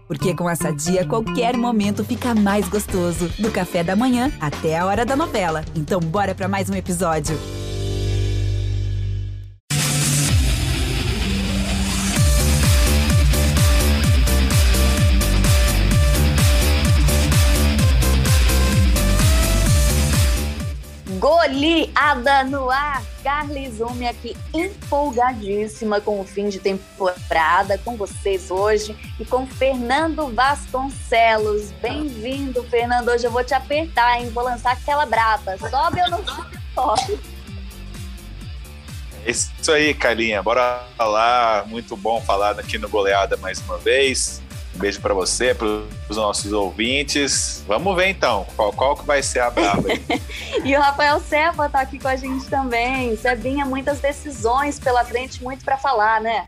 Porque com a Sadia, qualquer momento fica mais gostoso. Do café da manhã até a hora da novela. Então bora pra mais um episódio. Goleada no ar, Carly Zumi aqui empolgadíssima com o fim de temporada, com vocês hoje e com Fernando Vasconcelos. Bem-vindo, Fernando, hoje eu vou te apertar, hein? Vou lançar aquela braba, sobe ou não sobe? É isso aí, Carlinha, bora lá, muito bom falar aqui no Goleada mais uma vez. Um beijo para você, para os nossos ouvintes. Vamos ver então, qual que vai ser a braba aí. E o Rafael Seba tá aqui com a gente também. Sebinha, muitas decisões pela frente, muito para falar, né?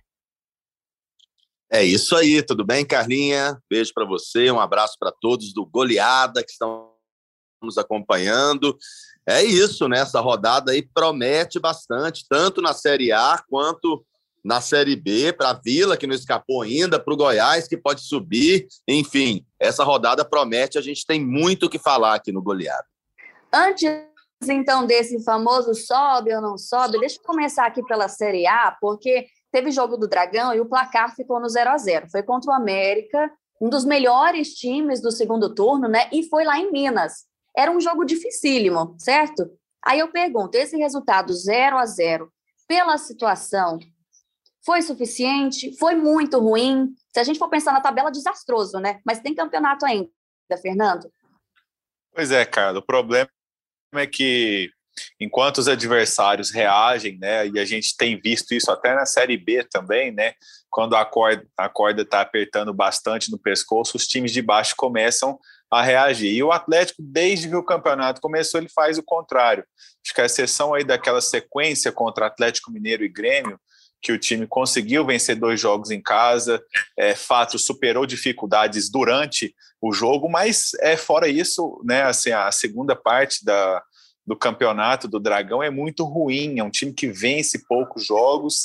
É isso aí, tudo bem, Carlinha? Beijo para você, um abraço para todos do Goleada que estão nos acompanhando. É isso, né? Essa rodada aí promete bastante, tanto na Série A quanto na Série B, para a Vila, que não escapou ainda, para o Goiás, que pode subir. Enfim, essa rodada promete, a gente tem muito o que falar aqui no Goleada. Antes, então, desse famoso sobe ou não sobe, deixa eu começar aqui pela Série A, porque teve jogo do Dragão e o placar ficou no 0-0. Foi contra o América, um dos melhores times do segundo turno, né? E foi lá em Minas. Era um jogo dificílimo, certo? Aí eu pergunto, esse resultado 0-0, pela situação, foi suficiente? Foi muito ruim? Se a gente for pensar na tabela, desastroso, né? Mas tem campeonato ainda, Fernando. Pois é, cara, o problema é que enquanto os adversários reagem, né, e a gente tem visto isso até na Série B também, né, quando a corda está apertando bastante no pescoço, os times de baixo começam a reagir. E o Atlético, desde que o campeonato começou, ele faz o contrário. Acho que a exceção aí daquela sequência contra Atlético Mineiro e Grêmio, que o time conseguiu vencer 2 jogos em casa, fato, superou dificuldades durante o jogo, mas fora isso, né, assim, a segunda parte do campeonato do Dragão é muito ruim, é um time que vence poucos jogos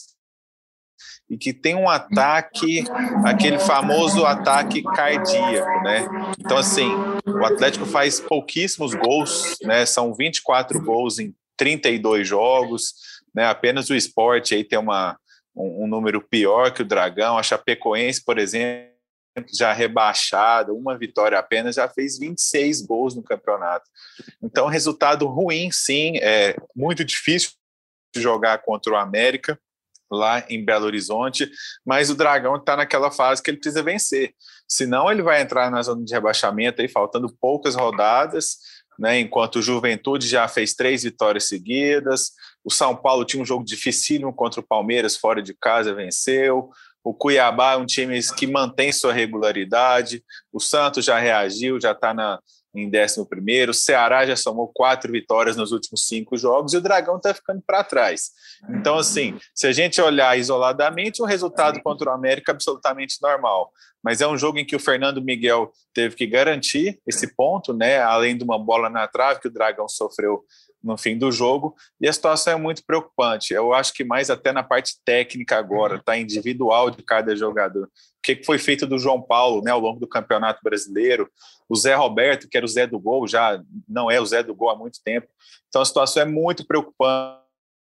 e que tem um ataque, aquele famoso ataque cardíaco, né? Então, assim, o Atlético faz pouquíssimos gols, né? São 24 gols em 32 jogos, né? Apenas o Sport aí tem um número pior que o Dragão. A Chapecoense, por exemplo, já rebaixada, uma vitória apenas, já fez 26 gols no campeonato. Então, resultado ruim, sim, é muito difícil jogar contra o América, lá em Belo Horizonte, mas o Dragão está naquela fase que ele precisa vencer, senão ele vai entrar na zona de rebaixamento, aí, faltando poucas rodadas, né, enquanto o Juventude já fez 3 vitórias seguidas, o São Paulo tinha um jogo dificílimo contra o Palmeiras, fora de casa, venceu, o Cuiabá é um time que mantém sua regularidade, o Santos já reagiu, já está em 11º, o Ceará já somou 4 vitórias nos últimos 5 jogos e o Dragão está ficando para trás. Então, assim, se a gente olhar isoladamente, o resultado contra o América é absolutamente normal, mas é um jogo em que o Fernando Miguel teve que garantir esse ponto, né, além de uma bola na trave que o Dragão sofreu no fim do jogo, e a situação é muito preocupante. Eu acho que mais até na parte técnica agora, tá, individual de cada jogador. O que foi feito do João Paulo, né, ao longo do Campeonato Brasileiro, o Zé Roberto, que era o Zé do Gol, já não é o Zé do Gol há muito tempo. Então a situação é muito preocupante.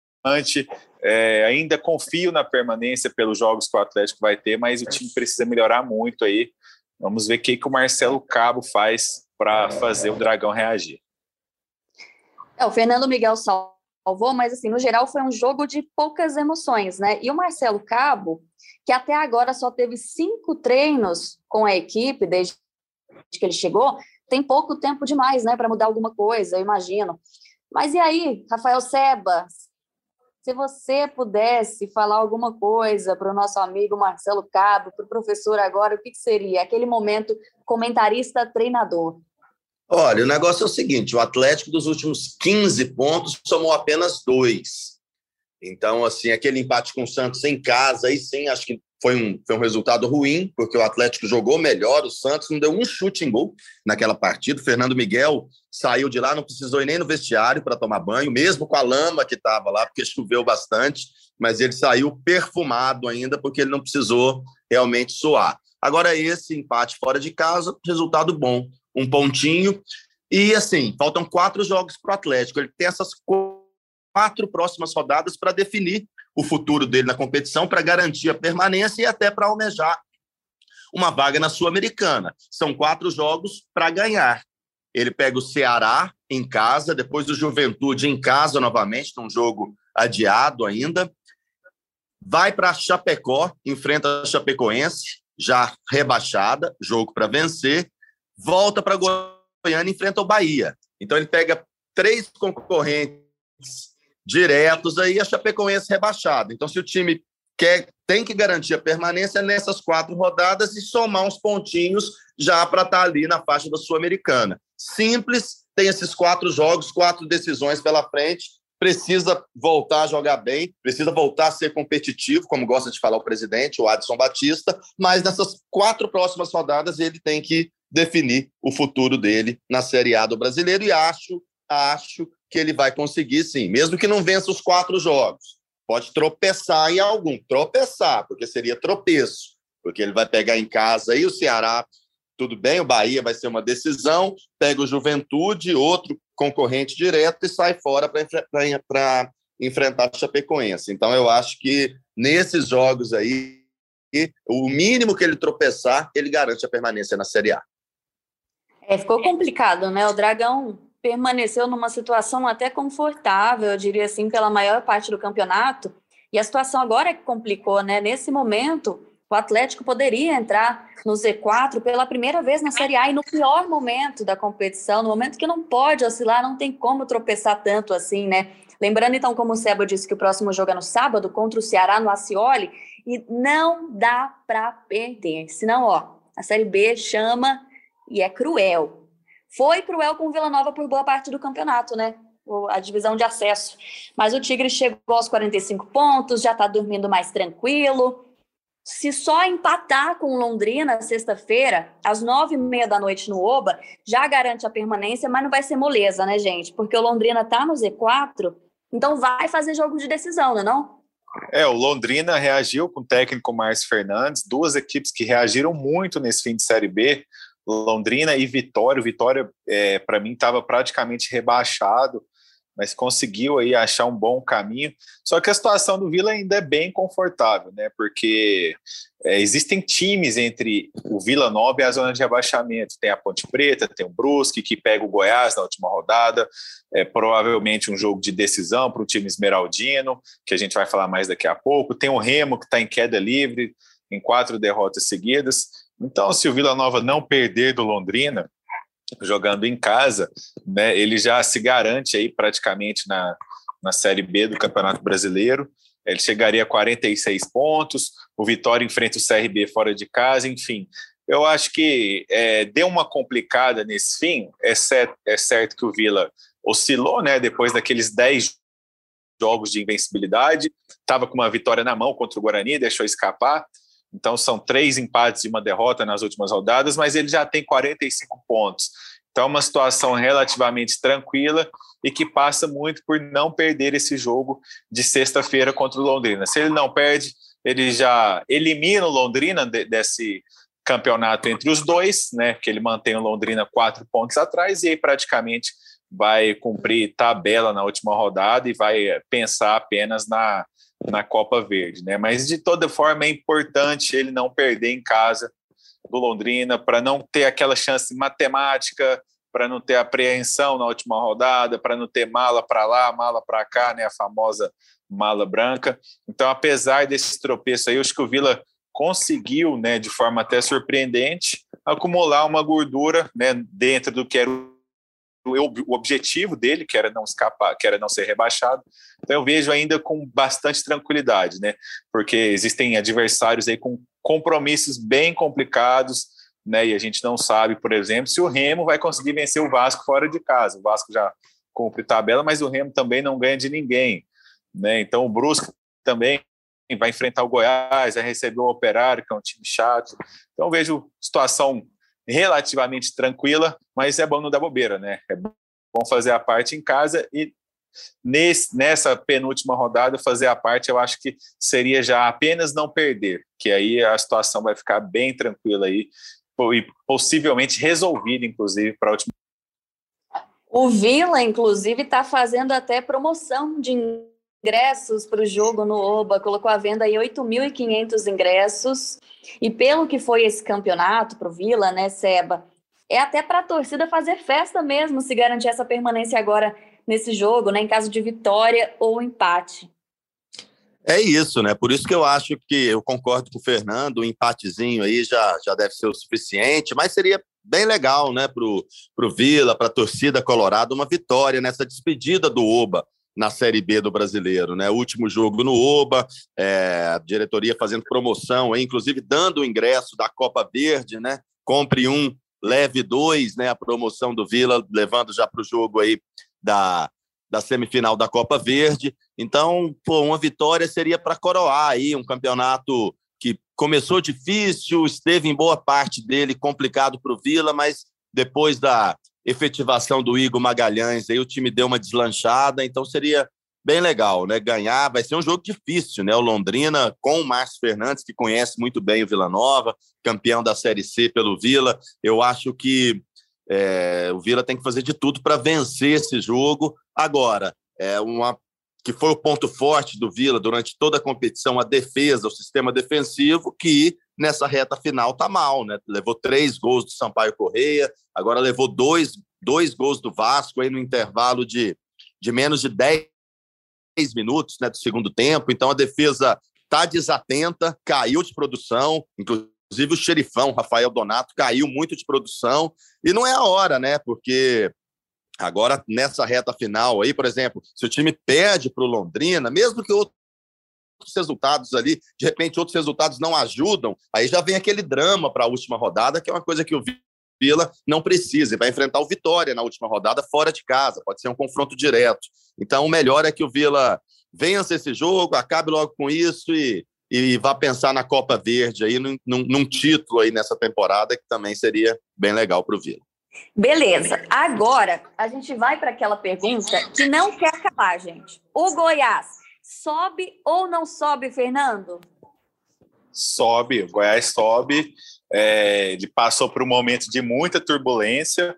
Ainda confio na permanência pelos jogos que o Atlético vai ter, mas o time precisa melhorar muito aí. Vamos ver o que o Marcelo Cabo faz para fazer o Dragão reagir. O Fernando Miguel salvou, mas assim, no geral foi um jogo de poucas emoções, né? E o Marcelo Cabo, que até agora só teve 5 treinos com a equipe desde que ele chegou, tem pouco tempo demais, né, para mudar alguma coisa, eu imagino. Mas e aí, Rafael Seba, se você pudesse falar alguma coisa para o nosso amigo Marcelo Cabo, para o professor agora, o que seria? Aquele momento comentarista-treinador. Olha, o negócio é o seguinte, o Atlético dos últimos 15 pontos somou apenas 2. Então, assim, aquele empate com o Santos em casa, aí sim, acho que foi um resultado ruim, porque o Atlético jogou melhor, o Santos não deu um chute em gol naquela partida, o Fernando Miguel saiu de lá, não precisou ir nem no vestiário para tomar banho, mesmo com a lama que estava lá, porque choveu bastante, mas ele saiu perfumado ainda, porque ele não precisou realmente suar. Agora, esse empate fora de casa, resultado bom, um pontinho. E, assim, faltam 4 jogos para o Atlético. Ele tem essas 4 próximas rodadas para definir o futuro dele na competição, para garantir a permanência e até para almejar uma vaga na Sul-Americana. São 4 jogos para ganhar. Ele pega o Ceará em casa, depois o Juventude em casa novamente, num jogo adiado ainda. Vai para Chapecó, enfrenta a Chapecoense, já rebaixada, jogo para vencer. Volta para Goiânia, enfrenta o Bahia. Então ele pega 3 concorrentes diretos, aí a Chapecoense rebaixada. Então, se o time tem que garantir a permanência nessas 4 rodadas e somar uns pontinhos já para estar ali na faixa da Sul-Americana. Simples, tem esses 4 jogos, 4 decisões pela frente, precisa voltar a jogar bem, precisa voltar a ser competitivo, como gosta de falar o presidente, o Adson Batista, mas nessas 4 próximas rodadas ele tem que definir o futuro dele na Série A do Brasileiro, e acho que ele vai conseguir, sim, mesmo que não vença os 4 jogos. Pode tropeçar em algum, porque seria tropeço, porque ele vai pegar em casa aí o Ceará, tudo bem, o Bahia vai ser uma decisão, pega o Juventude, outro concorrente direto, e sai fora para enfrentar a Chapecoense. Então, eu acho que nesses jogos aí, o mínimo que ele tropeçar, ele garante a permanência na Série A. Ficou complicado, né? O Dragão permaneceu numa situação até confortável, eu diria assim, pela maior parte do campeonato, e a situação agora é que complicou, né? Nesse momento, o Atlético poderia entrar no Z4 pela primeira vez na Série A, e no pior momento da competição, no momento que não pode oscilar, não tem como tropeçar tanto assim, né? Lembrando, então, como o Seba disse, que o próximo jogo é no sábado, contra o Ceará no Acioli, e não dá para perder, senão, a Série B chama e é cruel. Foi cruel com o Vila Nova por boa parte do campeonato, né? A divisão de acesso. Mas o Tigre chegou aos 45 pontos, já está dormindo mais tranquilo. Se só empatar com o Londrina sexta-feira, às 9h30 da noite no Oba, já garante a permanência, mas não vai ser moleza, né, gente? Porque o Londrina está no Z4, então vai fazer jogo de decisão, não é? O Londrina reagiu com o técnico Márcio Fernandes, 2 equipes que reagiram muito nesse fim de Série B, Londrina e Vitória. Vitória, para mim, estava praticamente rebaixado, mas conseguiu aí achar um bom caminho. Só que a situação do Vila ainda é bem confortável, né? Porque existem times entre o Vila Nova e a zona de rebaixamento. Tem a Ponte Preta, tem o Brusque, que pega o Goiás na última rodada, provavelmente um jogo de decisão para o time esmeraldino, que a gente vai falar mais daqui a pouco. Tem o Remo, que está em queda livre, em 4 derrotas seguidas. Então, se o Vila Nova não perder do Londrina, jogando em casa, né, ele já se garante aí praticamente na Série B do Campeonato Brasileiro. Ele chegaria a 46 pontos, o Vitória enfrenta o CRB fora de casa, enfim. Eu acho que deu uma complicada nesse fim. É certo que o Vila oscilou, né, depois daqueles 10 jogos de invencibilidade, estava com uma vitória na mão contra o Guarani, deixou escapar. Então, são 3 empates e 1 derrota nas últimas rodadas, mas ele já tem 45 pontos. Então, é uma situação relativamente tranquila e que passa muito por não perder esse jogo de sexta-feira contra o Londrina. Se ele não perde, ele já elimina o Londrina desse campeonato entre os dois, né? Que ele mantém o Londrina 4 pontos atrás, e aí praticamente vai cumprir tabela na última rodada e vai pensar apenas na Copa Verde, né? Mas de toda forma é importante ele não perder em casa do Londrina, para não ter aquela chance matemática, para não ter apreensão na última rodada, para não ter mala para lá, mala para cá, né? A famosa mala branca. Então, apesar desse tropeço aí, eu acho que o Vila conseguiu, né, de forma até surpreendente, acumular uma gordura, né, dentro do que era o objetivo dele, que era não escapar, que era não ser rebaixado. Então eu vejo ainda com bastante tranquilidade, né? Porque existem adversários aí com compromissos bem complicados, né? E a gente não sabe, por exemplo, se o Remo vai conseguir vencer o Vasco fora de casa. O Vasco já cumpre tabela, mas o Remo também não ganha de ninguém, né? Então o Brusque também vai enfrentar o Goiás, vai receber o Operário, que é um time chato. Então eu vejo situação relativamente tranquila, mas é bom não dar bobeira, né? É bom fazer a parte em casa e nessa penúltima rodada fazer a parte, eu acho que seria já apenas não perder, que aí a situação vai ficar bem tranquila aí e possivelmente resolvida, inclusive, para a última. O Vila, inclusive, está fazendo até promoção de ingressos para o jogo no Oba, colocou à venda aí 8.500 ingressos, e pelo que foi esse campeonato para o Vila, né, Seba, é até para a torcida fazer festa mesmo, se garantir essa permanência agora nesse jogo, né, em caso de vitória ou empate. É isso, né? Por isso que eu acho que eu concordo com o Fernando, um empatezinho aí já deve ser o suficiente, mas seria bem legal, né, pro Vila, para a torcida colorada, uma vitória nessa despedida do Oba na Série B do Brasileiro, né? Último jogo no Oba, a diretoria fazendo promoção, inclusive dando o ingresso da Copa Verde, né? Compre um, leve dois, né? A promoção do Vila, levando já para o jogo aí da semifinal da Copa Verde. Então, uma vitória seria para coroar aí um campeonato que começou difícil, esteve em boa parte dele complicado para o Vila, mas depois da efetivação do Igor Magalhães, aí o time deu uma deslanchada, então seria bem legal, né? Ganhar, vai ser um jogo difícil, né? O Londrina com o Márcio Fernandes, que conhece muito bem o Vila Nova, campeão da Série C pelo Vila. Eu acho que o Vila tem que fazer de tudo para vencer esse jogo. Agora, que foi o ponto forte do Vila durante toda a competição, a defesa, o sistema defensivo, que nessa reta final está mal, né? Levou 3 gols do Sampaio Corrêa, agora levou dois gols do Vasco aí no intervalo de menos de 10 minutos, né, do segundo tempo. Então a defesa está desatenta, caiu de produção, inclusive o xerifão, Rafael Donato, caiu muito de produção, e não é a hora, né? Porque agora, nessa reta final aí, por exemplo, se o time perde para o Londrina, mesmo que outros resultados ali, de repente outros resultados não ajudam, aí já vem aquele drama para a última rodada, que é uma coisa que o Vila não precisa, e vai enfrentar o Vitória na última rodada fora de casa, pode ser um confronto direto. Então, o melhor é que o Vila vença esse jogo, acabe logo com isso e vá pensar na Copa Verde aí, num título aí nessa temporada, que também seria bem legal para o Vila. Beleza, agora a gente vai para aquela pergunta que não quer calar, gente. O Goiás sobe ou não sobe, Fernando? Sobe, o Goiás sobe. Ele passou por um momento de muita turbulência,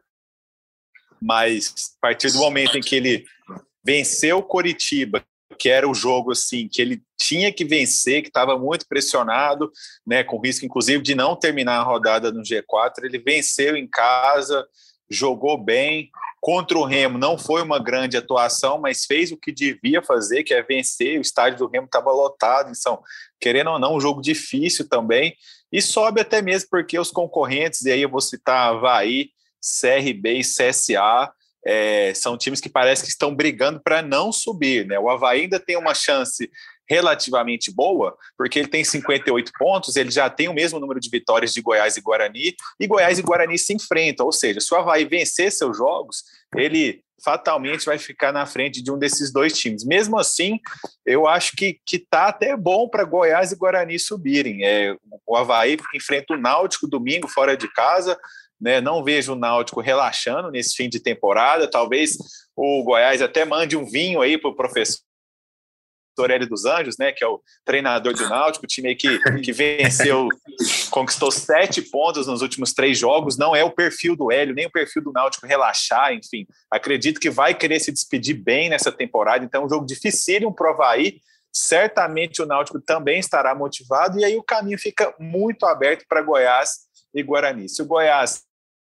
mas a partir do momento em que ele venceu o Coritiba, que era o jogo assim, que ele tinha que vencer, que estava muito pressionado, né, com risco inclusive de não terminar a rodada no G4, ele venceu em casa, jogou bem. Contra o Remo não foi uma grande atuação, mas fez o que devia fazer, que é vencer. O estádio do Remo estava lotado, então, querendo ou não, um jogo difícil também, e sobe até mesmo porque os concorrentes, e aí eu vou citar Avaí, CRB e CSA, são times que parece que estão brigando para não subir, né? O Avaí ainda tem uma chance relativamente boa, porque ele tem 58 pontos, ele já tem o mesmo número de vitórias de Goiás e Guarani se enfrentam, ou seja, se o Avaí vencer seus jogos, ele fatalmente vai ficar na frente de um desses dois times. Mesmo assim, eu acho que tá até bom para Goiás e Guarani subirem. O Avaí enfrenta o Náutico domingo fora de casa, né? Não vejo o Náutico relaxando nesse fim de temporada. Talvez o Goiás até mande um vinho aí para o professor Hélio dos Anjos, né, que é o treinador do Náutico, o time aí que venceu, conquistou 7 pontos nos últimos 3 jogos. Não é o perfil do Hélio, nem o perfil do Náutico relaxar, enfim. Acredito que vai querer se despedir bem nessa temporada, então é um jogo dificílimo para o Avaí. Certamente o Náutico também estará motivado, e aí o caminho fica muito aberto para Goiás e Guarani. Se o Goiás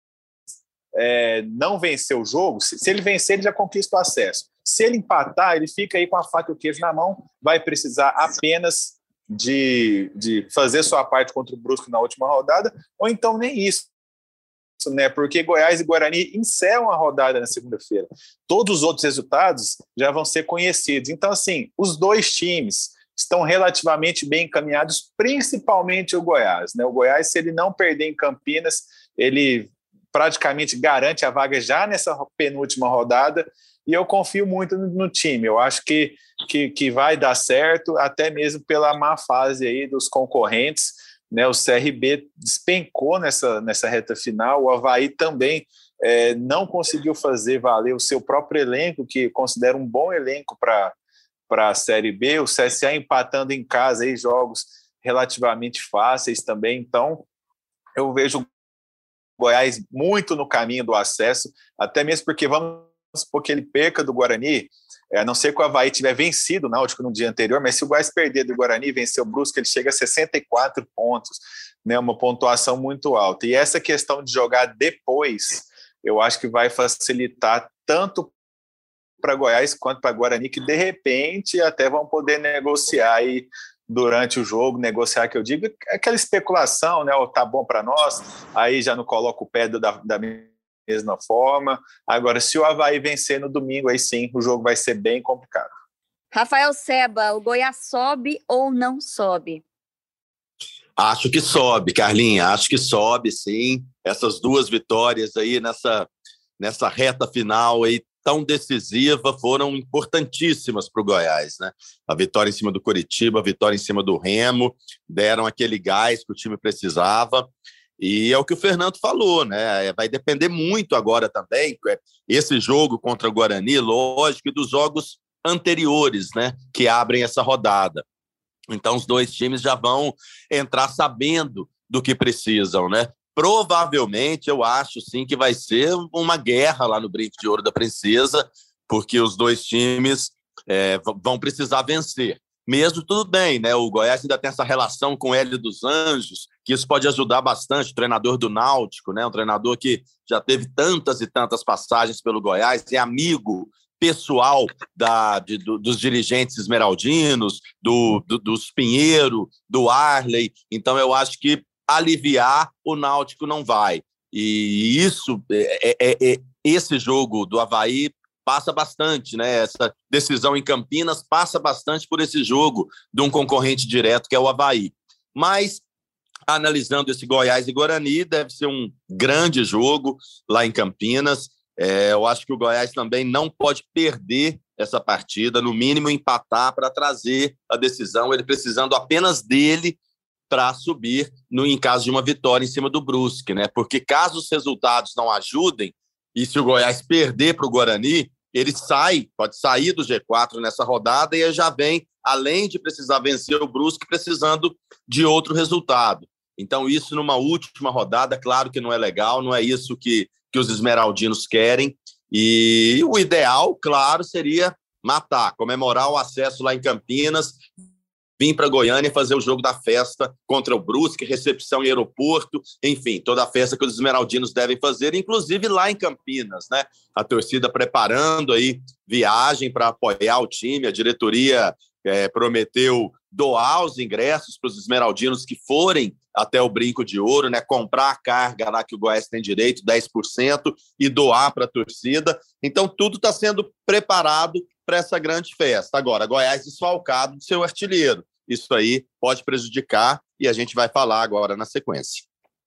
não vencer o jogo, se ele vencer, ele já conquista o acesso. Se ele empatar, ele fica aí com a faca e o queijo na mão, vai precisar apenas de fazer sua parte contra o Brusque na última rodada, ou então nem isso, né? Porque Goiás e Guarani encerram a rodada na segunda-feira. Todos os outros resultados já vão ser conhecidos. Então, assim, os dois times estão relativamente bem encaminhados, principalmente o Goiás, né? O Goiás, se ele não perder em Campinas, ele praticamente garante a vaga já nessa penúltima rodada, e eu confio muito no time. Eu acho que vai dar certo, até mesmo pela má fase aí dos concorrentes, né? O CRB despencou nessa reta final, o Avaí também não conseguiu fazer valer o seu próprio elenco, que considera um bom elenco para a Série B, o CSA empatando em casa aí, jogos relativamente fáceis também, então eu vejo o Goiás muito no caminho do acesso, até mesmo porque vamos supor que ele perca do Guarani, a não ser que o Avaí tiver vencido o Náutico no dia anterior, mas se o Goiás perder do Guarani e vencer o Brusque, ele chega a 64 pontos, né, uma pontuação muito alta. E essa questão de jogar depois, eu acho que vai facilitar tanto para Goiás quanto para Guarani, que de repente até vão poder negociar aí durante o jogo, negociar, que eu digo, aquela especulação, né, tá bom para nós, aí já não coloca o pé da mesma forma. Agora, se o Avaí vencer no domingo, aí sim, o jogo vai ser bem complicado. Rafael Seba, o Goiás sobe ou não sobe? Acho que sobe, Carlinha, acho que sobe, sim. Essas duas vitórias aí nessa reta final aí tão decisiva foram importantíssimas para o Goiás, né? A vitória em cima do Coritiba, a vitória em cima do Remo, deram aquele gás que o time precisava. E é o que o Fernando falou, né? Vai depender muito agora também, esse jogo contra o Guarani, lógico, e dos jogos anteriores, né? Que abrem essa rodada. Então, os dois times já vão entrar sabendo do que precisam, né? Provavelmente, eu acho, sim, que vai ser uma guerra lá no Brinco de Ouro da Princesa, porque os dois times vão precisar vencer. Mesmo tudo bem, né? O Goiás ainda tem essa relação com o Hélio dos Anjos, que isso pode ajudar bastante, o treinador do Náutico, né? Um treinador que já teve tantas e tantas passagens pelo Goiás, é amigo pessoal dos dirigentes esmeraldinos, dos Pinheiro, do Arley. Então, eu acho que aliviar o Náutico não vai. E isso, esse jogo do Avaí passa bastante, né? Essa decisão em Campinas passa bastante por esse jogo de um concorrente direto, que é o Avaí. Mas, analisando esse Goiás e Guarani, deve ser um grande jogo lá em Campinas. Eu acho que o Goiás também não pode perder essa partida, no mínimo empatar para trazer a decisão, ele precisando apenas dele para subir em caso de uma vitória em cima do Brusque, né? Porque caso os resultados não ajudem, e se o Goiás perder para o Guarani, ele pode sair do G4 nessa rodada e já vem, além de precisar vencer o Brusque, precisando de outro resultado. Então, isso numa última rodada, claro que não é legal, não é isso que os esmeraldinos querem. E o ideal, claro, seria matar, comemorar o acesso lá em Campinas, vir para Goiânia e fazer o jogo da festa contra o Brusque, recepção em aeroporto, enfim, toda a festa que os esmeraldinos devem fazer, inclusive lá em Campinas, né? A torcida preparando aí viagem para apoiar o time, a diretoria prometeu doar os ingressos para os esmeraldinos que forem até o Brinco de Ouro, né? Comprar a carga lá que o Goiás tem direito, 10%, e doar para a torcida. Então, tudo está sendo preparado para essa grande festa. Agora, Goiás desfalcado do seu artilheiro. Isso aí pode prejudicar e a gente vai falar agora na sequência.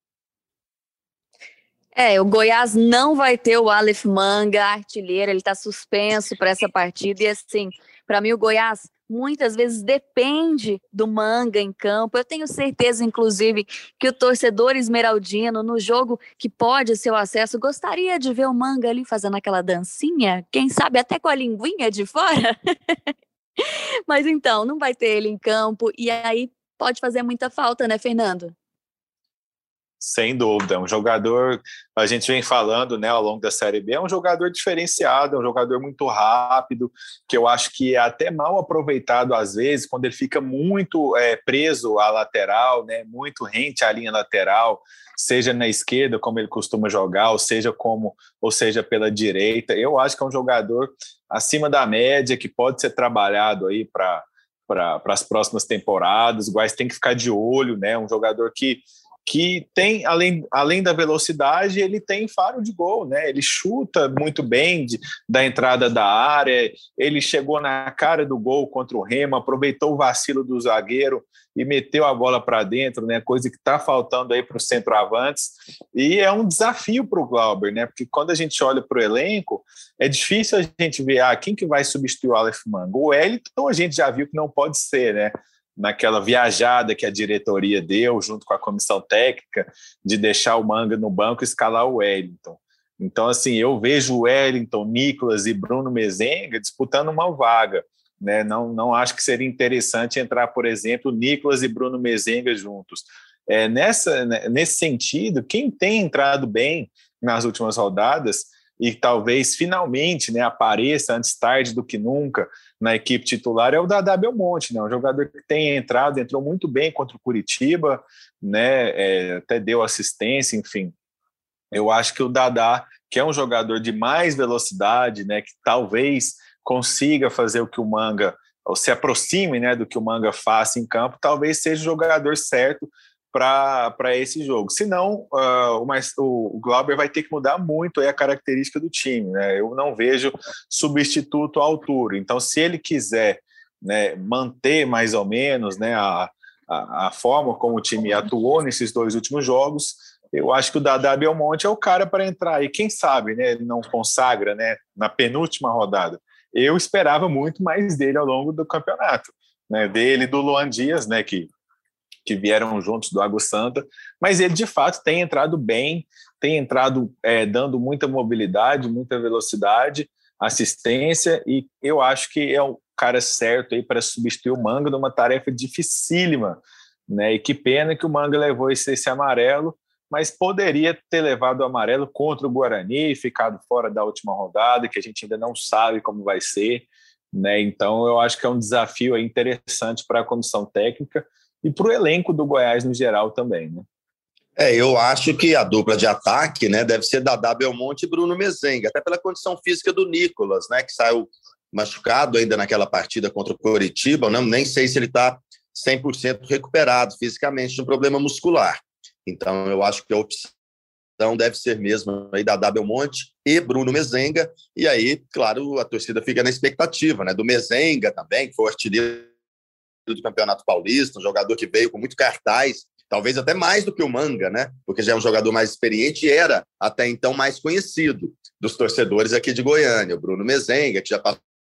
O Goiás não vai ter o Aleph Manga, artilheiro, ele está suspenso para essa partida. E assim, para mim o Goiás muitas vezes depende do Manga em campo. Eu tenho certeza, inclusive, que o torcedor esmeraldino, no jogo que pode ser o acesso, gostaria de ver o Manga ali fazendo aquela dancinha, quem sabe até com a linguinha de fora. Mas então, não vai ter ele em campo e aí pode fazer muita falta, né, Fernando? Sem dúvida, é um jogador, a gente vem falando, né, ao longo da Série B, é um jogador diferenciado, é um jogador muito rápido, que eu acho que é até mal aproveitado às vezes, quando ele fica muito preso à lateral, né, muito rente à linha lateral, seja na esquerda, como ele costuma jogar, ou seja pela direita. Eu acho que é um jogador acima da média, que pode ser trabalhado aí para as próximas temporadas. O Goiás tem que ficar de olho, né, um jogador que tem, além da velocidade, ele tem faro de gol, né? Ele chuta muito bem da entrada da área, ele chegou na cara do gol contra o Remo, aproveitou o vacilo do zagueiro e meteu a bola para dentro, né? Coisa que está faltando aí para os centroavantes. E é um desafio para o Glauber, né? Porque quando a gente olha para o elenco, é difícil a gente ver quem que vai substituir o Aleph Manga. O Wellington a gente já viu que não pode ser, né? naquela viajada que a diretoria deu junto com a comissão técnica de deixar o Manga no banco e escalar o Wellington. Então, assim, eu vejo o Wellington, Nicolas e Bruno Mezenga disputando uma vaga, né? Não acho que seria interessante entrar, por exemplo, Nicolas e Bruno Mezenga juntos. Nesse sentido, quem tem entrado bem nas últimas rodadas e talvez finalmente, né, apareça antes tarde do que nunca na equipe titular é o Dadá Belmonte, né, um jogador que tem entrou muito bem contra o Curitiba, né, até deu assistência, enfim. Eu acho que o Dadá, que é um jogador de mais velocidade, né, que talvez consiga fazer o que o Manga, ou se aproxime, né, do que o Manga faça em campo, talvez seja o jogador certo para esse jogo. Senão, o Glauber vai ter que mudar muito aí a característica do time, né? Eu não vejo substituto à altura. Então, se ele quiser, né, manter mais ou menos, né, a forma como o time atuou nesses 2 últimos jogos, eu acho que o Dadá Belmonte é o cara para entrar. E quem sabe, né, ele não consagra, né, na penúltima rodada. Eu esperava muito mais dele ao longo do campeonato, né, dele e do Luan Dias, né, que vieram juntos do Água Santa, mas ele de fato tem entrado bem, tem entrado dando muita mobilidade, muita velocidade, assistência, e eu acho que é o cara certo aí para substituir o Manga numa tarefa dificílima, né? E que pena que o Manga levou esse amarelo, mas poderia ter levado o amarelo contra o Guarani, ficado fora da última rodada, que a gente ainda não sabe como vai ser, né? Então eu acho que é um desafio aí interessante para a comissão técnica e para o elenco do Goiás no geral também, né? Eu acho que a dupla de ataque, né, deve ser Dadá Belmonte e Bruno Mezenga, até pela condição física do Nicolas, né, que saiu machucado ainda naquela partida contra o Coritiba, né, nem sei se ele está 100% recuperado fisicamente de um problema muscular. Então, eu acho que a opção deve ser mesmo aí Dadá Belmonte e Bruno Mezenga, e aí, claro, a torcida fica na expectativa, né, do Mezenga também, que foi o artilheiro do Campeonato Paulista, um jogador que veio com muito cartaz, talvez até mais do que o Manga, né? Porque já é um jogador mais experiente e era até então mais conhecido dos torcedores aqui de Goiânia. O Bruno Mezenga, que já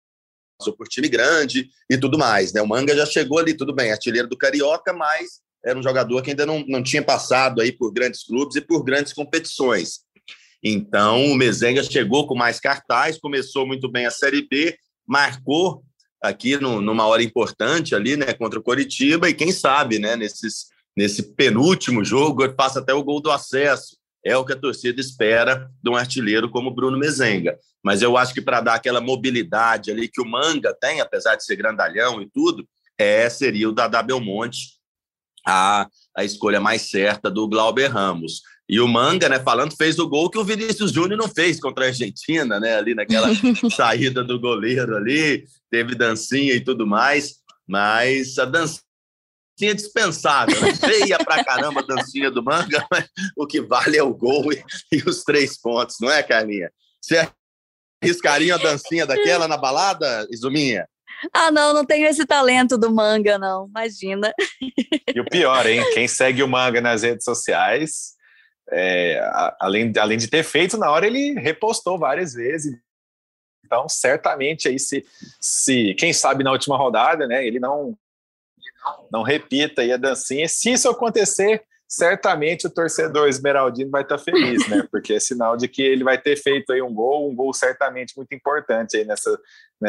passou por time grande e tudo mais, né? O Manga já chegou ali, tudo bem, artilheiro do Carioca, mas era um jogador que ainda não tinha passado aí por grandes clubes e por grandes competições. Então, o Mezenga chegou com mais cartaz, começou muito bem a Série B, marcou aqui numa hora importante ali, né, contra o Coritiba, e quem sabe, né, nesse penúltimo jogo, ele passa até o gol do acesso. É o que a torcida espera de um artilheiro como o Bruno Mezenga. Mas eu acho que para dar aquela mobilidade ali que o Manga tem, apesar de ser grandalhão e tudo, seria o Dadá Belmonte a escolha mais certa do Glauber Ramos. E o Manga, né, falando, fez o gol que o Vinícius Júnior não fez contra a Argentina, né, ali naquela saída do goleiro ali, teve dancinha e tudo mais, mas a dancinha dispensável, né? Feia pra caramba a dancinha do Manga, mas o que vale é o gol e os 3 pontos, não é, Carlinha? Você arriscaria a dancinha daquela na balada, Izuminha? Ah, não tenho esse talento do Manga, não, imagina. E o pior, hein, quem segue o Manga nas redes sociais... além de ter feito na hora, ele repostou várias vezes. Então, certamente aí se quem sabe na última rodada, né, ele não repita aí a dancinha. Se isso acontecer, certamente o torcedor esmeraldino vai estar feliz, né? Porque é sinal de que ele vai ter feito aí um gol certamente muito importante aí nessa.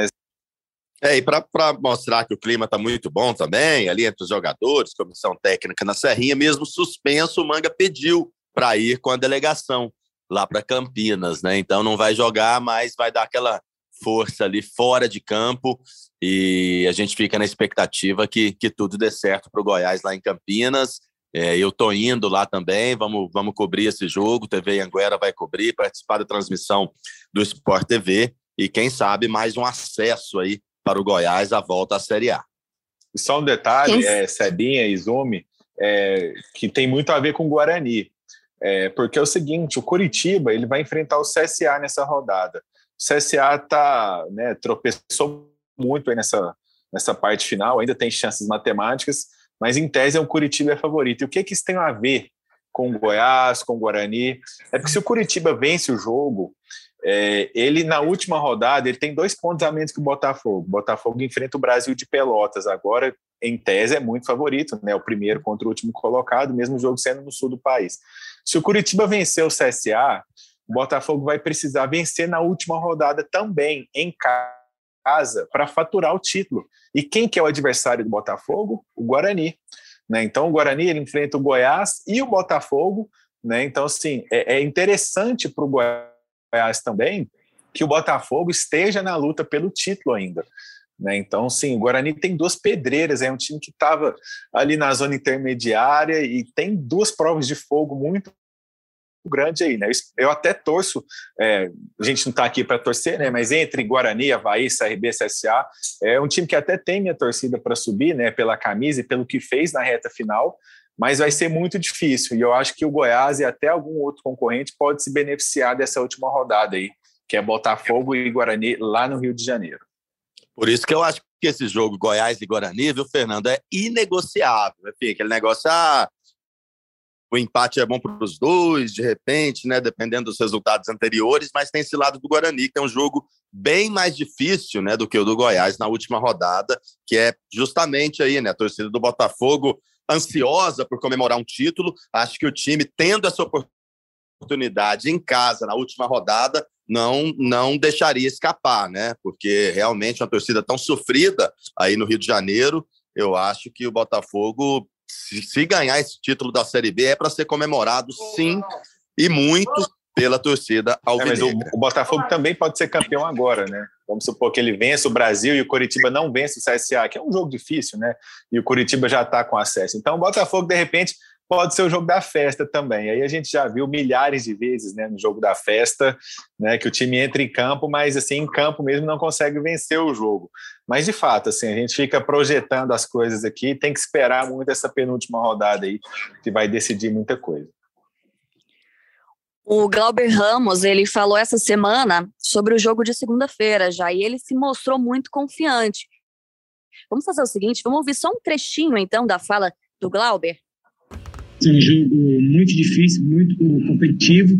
E para mostrar que o clima está muito bom também, ali entre os jogadores, comissão técnica na Serrinha, mesmo suspenso, o Manga pediu para ir com a delegação lá para Campinas, né? Então não vai jogar, mas vai dar aquela força ali fora de campo e a gente fica na expectativa que tudo dê certo para o Goiás lá em Campinas. Eu tô indo lá também, vamos cobrir esse jogo, TV Anguera vai cobrir, participar da transmissão do Sport TV e quem sabe mais um acesso aí para o Goiás à volta à Série A. E só um detalhe, Sebinha e Izumi, que tem muito a ver com o Guarani. Porque é o seguinte, o Coritiba ele vai enfrentar o CSA nessa rodada. O CSA né, tropeçou muito aí nessa parte final, ainda tem chances matemáticas, mas em tese o Coritiba é favorito. E o que isso tem a ver com o Goiás, com o Guarani. É porque se o Curitiba vence o jogo, ele na última rodada ele tem 2 pontos a menos que o Botafogo. O Botafogo enfrenta o Brasil de Pelotas agora, em tese é muito favorito, né? O primeiro contra o último colocado, mesmo o jogo sendo no sul do país. Se o Curitiba vencer o CSA, o Botafogo vai precisar vencer na última rodada também, em casa, para faturar o título. E quem que é o adversário do Botafogo? O Guarani. Né? Então o Guarani ele enfrenta o Goiás e o Botafogo. Né? Então, assim, é interessante para o Goiás também que o Botafogo esteja na luta pelo título ainda. Né? Então, sim, o Guarani tem 2 pedreiras, é um time que estava ali na zona intermediária e tem 2 provas de fogo muito grande aí, né? Eu até torço, a gente não está aqui para torcer, né? Mas entre Guarani, Avaí, CRB, CSA, é um time que até tem minha torcida para subir, né? Pela camisa e pelo que fez na reta final, mas vai ser muito difícil. E eu acho que o Goiás e até algum outro concorrente pode se beneficiar dessa última rodada aí, que é Botafogo e Guarani lá no Rio de Janeiro. Por isso que eu acho que esse jogo Goiás e Guarani, viu, Fernando, é inegociável. Enfim, aquele negócio, o empate é bom para os dois, de repente, né, dependendo dos resultados anteriores, mas tem esse lado do Guarani, que é um jogo bem mais difícil, né, do que o do Goiás na última rodada, que é justamente aí, né, a torcida do Botafogo ansiosa por comemorar um título. Acho que o time, tendo essa oportunidade em casa na última rodada, não deixaria escapar, né, porque realmente uma torcida tão sofrida aí no Rio de Janeiro, eu acho que o Botafogo, se ganhar esse título da Série B, é para ser comemorado, sim, e muito pela torcida alvinegra. Mas o Botafogo também pode ser campeão agora, né? Vamos supor que ele vença o Brasil e o Curitiba não vence o CSA, que é um jogo difícil, né? E o Curitiba já está com acesso. Então o Botafogo, de repente, pode ser o jogo da festa também. Aí a gente já viu milhares de vezes, né, no jogo da festa, né, que o time entra em campo, mas assim, em campo mesmo não consegue vencer o jogo. Mas de fato, assim, a gente fica projetando as coisas aqui, tem que esperar muito essa penúltima rodada aí, que vai decidir muita coisa. O Glauber Ramos, ele falou essa semana sobre o jogo de segunda-feira já, e ele se mostrou muito confiante. Vamos fazer o seguinte, vamos ouvir só um trechinho, então, da fala do Glauber. É um jogo muito difícil, muito competitivo.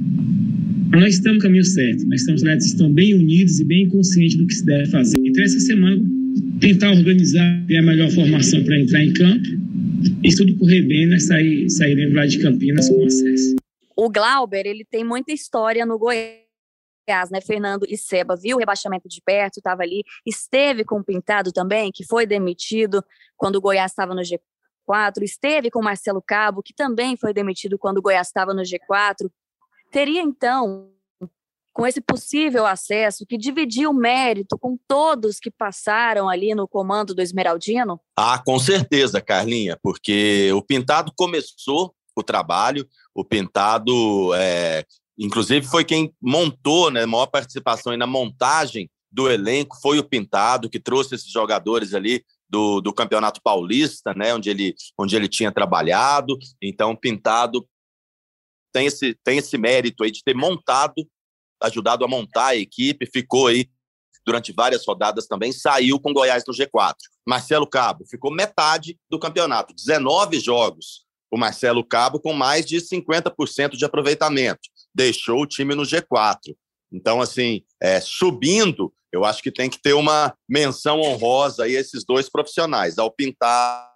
Nós estamos no caminho certo, nós estão bem unidos e bem conscientes do que se deve fazer. Então, essa semana, tentar organizar, ter a melhor formação para entrar em campo, e se tudo correr bem, nós sairemos lá de Campinas com acesso. O Glauber, ele tem muita história no Goiás, né, Fernando e Seba, viu o rebaixamento de perto, estava ali, esteve com o Pintado também, que foi demitido quando o Goiás estava no G4, esteve com o Marcelo Cabo, que também foi demitido quando o Goiás estava no G4. Teria, então, com esse possível acesso, que dividir o mérito com todos que passaram ali no comando do Esmeraldino? Com certeza, Carlinha, porque o Pintado começou o trabalho, o Pintado, inclusive, foi quem montou, né, a maior participação aí na montagem do elenco, foi o Pintado, que trouxe esses jogadores ali do Campeonato Paulista, né, onde ele tinha trabalhado. Então, o Pintado tem esse mérito aí de ter ajudado a montar a equipe, ficou aí durante várias rodadas também, saiu com o Goiás no G4. Marcelo Cabo ficou metade do campeonato, 19 jogos. O Marcelo Cabo com mais de 50% de aproveitamento. Deixou o time no G4. Então, assim, subindo, eu acho que tem que ter uma menção honrosa aí a esses dois profissionais, ao Pintado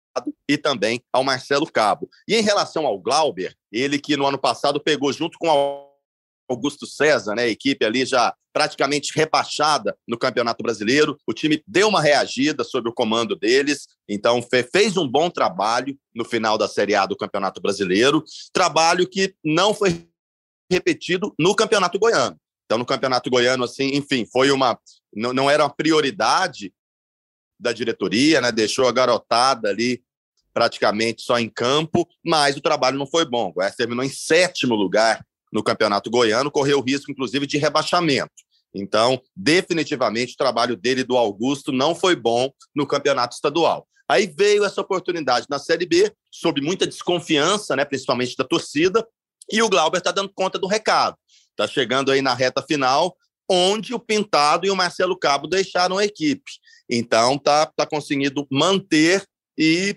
e também ao Marcelo Cabo. E em relação ao Glauber, ele que no ano passado pegou junto com o Augusto César, né, a equipe ali já praticamente rebaixada no Campeonato Brasileiro, o time deu uma reagida sob o comando deles, então fez um bom trabalho no final da Série A do Campeonato Brasileiro, trabalho que não foi repetido no Campeonato Goiano. Então, no Campeonato Goiano, assim, enfim, não era uma prioridade da diretoria, né, deixou a garotada ali praticamente só em campo, mas o trabalho não foi bom. O Goiás terminou em 7º lugar no Campeonato Goiano, correu o risco, inclusive, de rebaixamento. Então, definitivamente, o trabalho dele e do Augusto não foi bom no Campeonato Estadual. Aí veio essa oportunidade na Série B, sob muita desconfiança, né, principalmente da torcida, e o Glauber está dando conta do recado. Está chegando aí na reta final, onde o Pintado e o Marcelo Cabo deixaram a equipe. Então, tá conseguindo manter e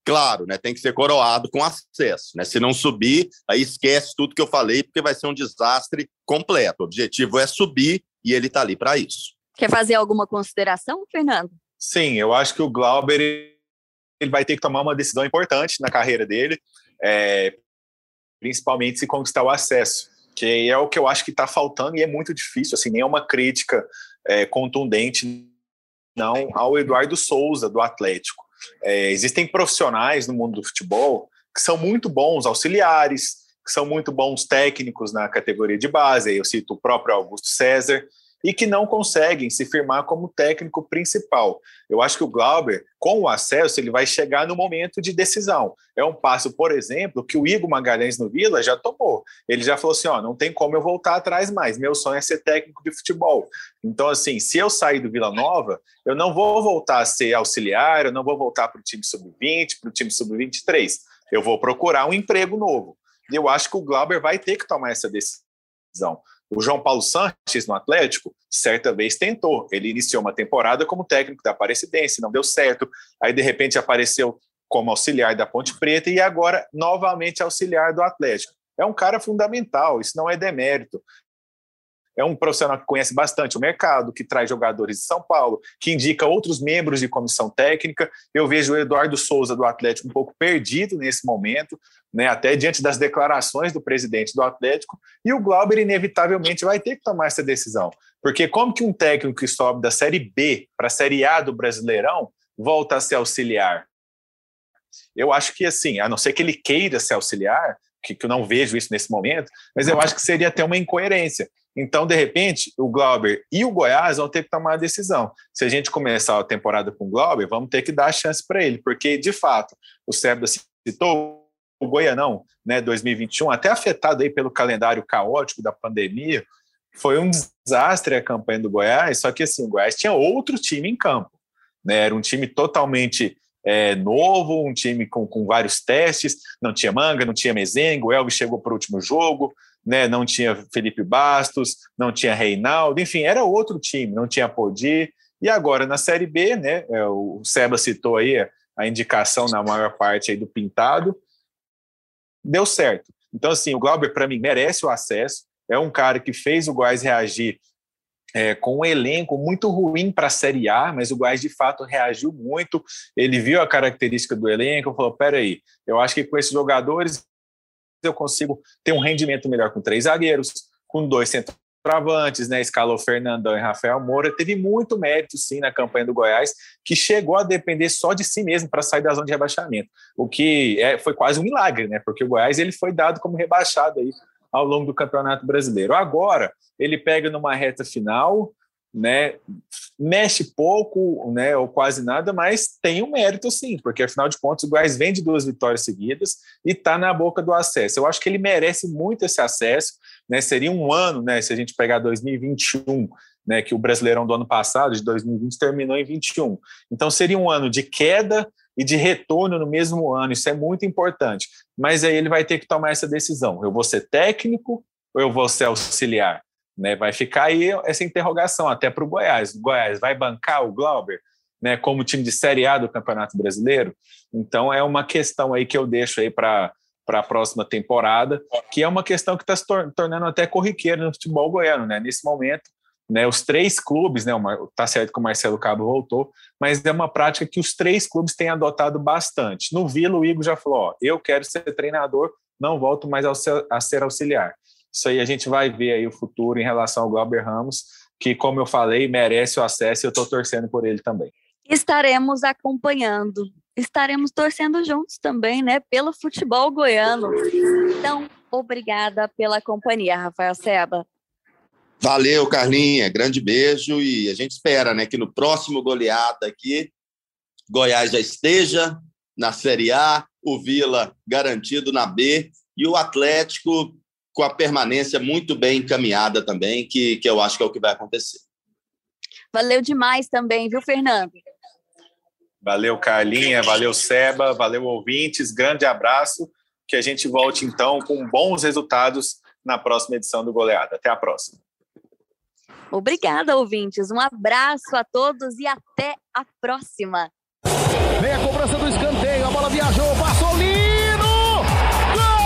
Claro, né, tem que ser coroado com acesso, né? Se não subir, aí esquece tudo que eu falei, porque vai ser um desastre completo. O objetivo é subir e ele está ali para isso. Quer fazer alguma consideração, Fernando? Sim, eu acho que o Glauber ele vai ter que tomar uma decisão importante na carreira dele, principalmente se conquistar o acesso, que é o que eu acho que está faltando e é muito difícil, assim, nem é uma crítica contundente não ao Eduardo Souza, do Atlético. Existem profissionais no mundo do futebol que são muito bons auxiliares, que são muito bons técnicos na categoria de base, aí eu cito o próprio Augusto César, e que não conseguem se firmar como técnico principal. Eu acho que o Glauber, com o acesso, ele vai chegar no momento de decisão. É um passo, por exemplo, que o Igor Magalhães no Vila já tomou. Ele já falou assim, não tem como eu voltar atrás mais, meu sonho é ser técnico de futebol. Então, assim, se eu sair do Vila Nova, eu não vou voltar a ser auxiliar, eu não vou voltar para o time sub-20, para o time sub-23. Eu vou procurar um emprego novo. E eu acho que o Glauber vai ter que tomar essa decisão. O João Paulo Sanches, no Atlético, certa vez tentou. Ele iniciou uma temporada como técnico da Aparecidense, não deu certo. Aí, de repente, apareceu como auxiliar da Ponte Preta e agora, novamente, auxiliar do Atlético. É um cara fundamental, isso não é demérito. É um profissional que conhece bastante o mercado, que traz jogadores de São Paulo, que indica outros membros de comissão técnica. Eu vejo o Eduardo Souza, do Atlético, um pouco perdido nesse momento, né, até diante das declarações do presidente do Atlético, e o Glauber inevitavelmente vai ter que tomar essa decisão. Porque como que um técnico que sobe da Série B para a Série A do Brasileirão volta a ser auxiliar? Eu acho que, assim, a não ser que ele queira ser auxiliar, que eu não vejo isso nesse momento, mas eu acho que seria até uma incoerência. Então, de repente, o Glauber e o Goiás vão ter que tomar a decisão. Se a gente começar a temporada com o Glauber, vamos ter que dar a chance para ele, porque, de fato, o Sebda citou o Goianão, né, 2021, até afetado aí pelo calendário caótico da pandemia, foi um desastre a campanha do Goiás, só que assim, o Goiás tinha outro time em campo, né, era um time totalmente novo, um time com vários testes, não tinha Manga, não tinha Mezenga, o Elvis chegou para o último jogo, né, não tinha Felipe Bastos, não tinha Reinaldo, enfim, era outro time, não tinha Podi, e agora na Série B, né, o Seba citou aí a indicação na maior parte aí do Pintado, deu certo. Então, assim, o Glauber, para mim, merece o acesso, é um cara que fez o Goiás reagir com um elenco muito ruim para a Série A, mas o Goiás, de fato, reagiu muito, ele viu a característica do elenco, falou, peraí, eu acho que com esses jogadores eu consigo ter um rendimento melhor com 3 zagueiros, com 2 centroavantes, né? Escalou Fernandão e Rafael Moura, teve muito mérito, sim, na campanha do Goiás, que chegou a depender só de si mesmo para sair da zona de rebaixamento, o que foi quase um milagre, né? Porque o Goiás ele foi dado como rebaixado aí ao longo do Campeonato Brasileiro. Agora, ele pega numa reta final, né, mexe pouco, né, ou quase nada, mas tem um mérito sim, porque afinal de contas o Goiás vem de 2 vitórias seguidas e está na boca do acesso. Eu acho que ele merece muito esse acesso, né, seria um ano, né, se a gente pegar 2021, né, que o Brasileirão do ano passado, de 2020, terminou em 21. Então seria um ano de queda e de retorno no mesmo ano, isso é muito importante, mas aí ele vai ter que tomar essa decisão, eu vou ser técnico ou eu vou ser auxiliar? Né, vai ficar aí essa interrogação até para o Goiás. O Goiás vai bancar o Glauber, né, como time de Série A do Campeonato Brasileiro? Então é uma questão aí que eu deixo aí para a próxima temporada, que é uma questão que está se tornando até corriqueira no futebol goiano, né? Nesse momento, né, os 3 clubes, né, tá certo que o Marcelo Cabo voltou, mas é uma prática que os 3 clubes têm adotado bastante. No Vila, o Igor já falou, eu quero ser treinador, não volto mais a ser auxiliar. Isso aí a gente vai ver aí o futuro em relação ao Glauber Ramos, que, como eu falei, merece o acesso e eu estou torcendo por ele também. Estaremos acompanhando, estaremos torcendo juntos também, né, pelo futebol goiano. Então, obrigada pela companhia, Rafael Seba. Valeu, Carlinha, grande beijo e a gente espera, né, que no próximo Goleada aqui, Goiás já esteja na Série A, o Vila garantido na B e o Atlético com a permanência muito bem encaminhada também, que eu acho que é o que vai acontecer. Valeu demais também, viu, Fernando? Valeu, Carlinha, valeu, Seba, valeu, ouvintes, grande abraço, que a gente volte, então, com bons resultados na próxima edição do Goleada. Até a próxima. Obrigada, ouvintes, um abraço a todos e até a próxima. Vem a cobrança do escanteio, a bola viajou, passou Lino! Gol!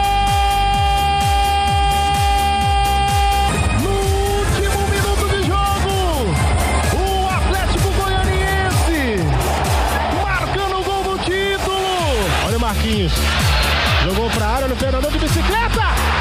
No último minuto de jogo, o Atlético Goianiense marcando o gol do título. Olha o Marquinhos, jogou pra área no Fernandão de bicicleta.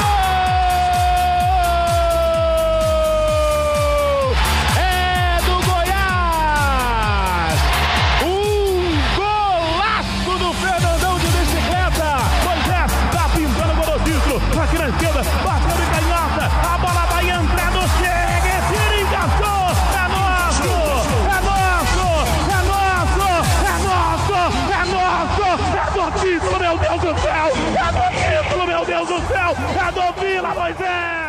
Aqui na esquerda, bateu de canhota, a bola vai entrando, chega, tira, encaixou, é nosso, é nosso, é nosso, é nosso, é nosso, é do título, meu Deus do céu, é do título, meu Deus do céu, é do Vila, Moisés!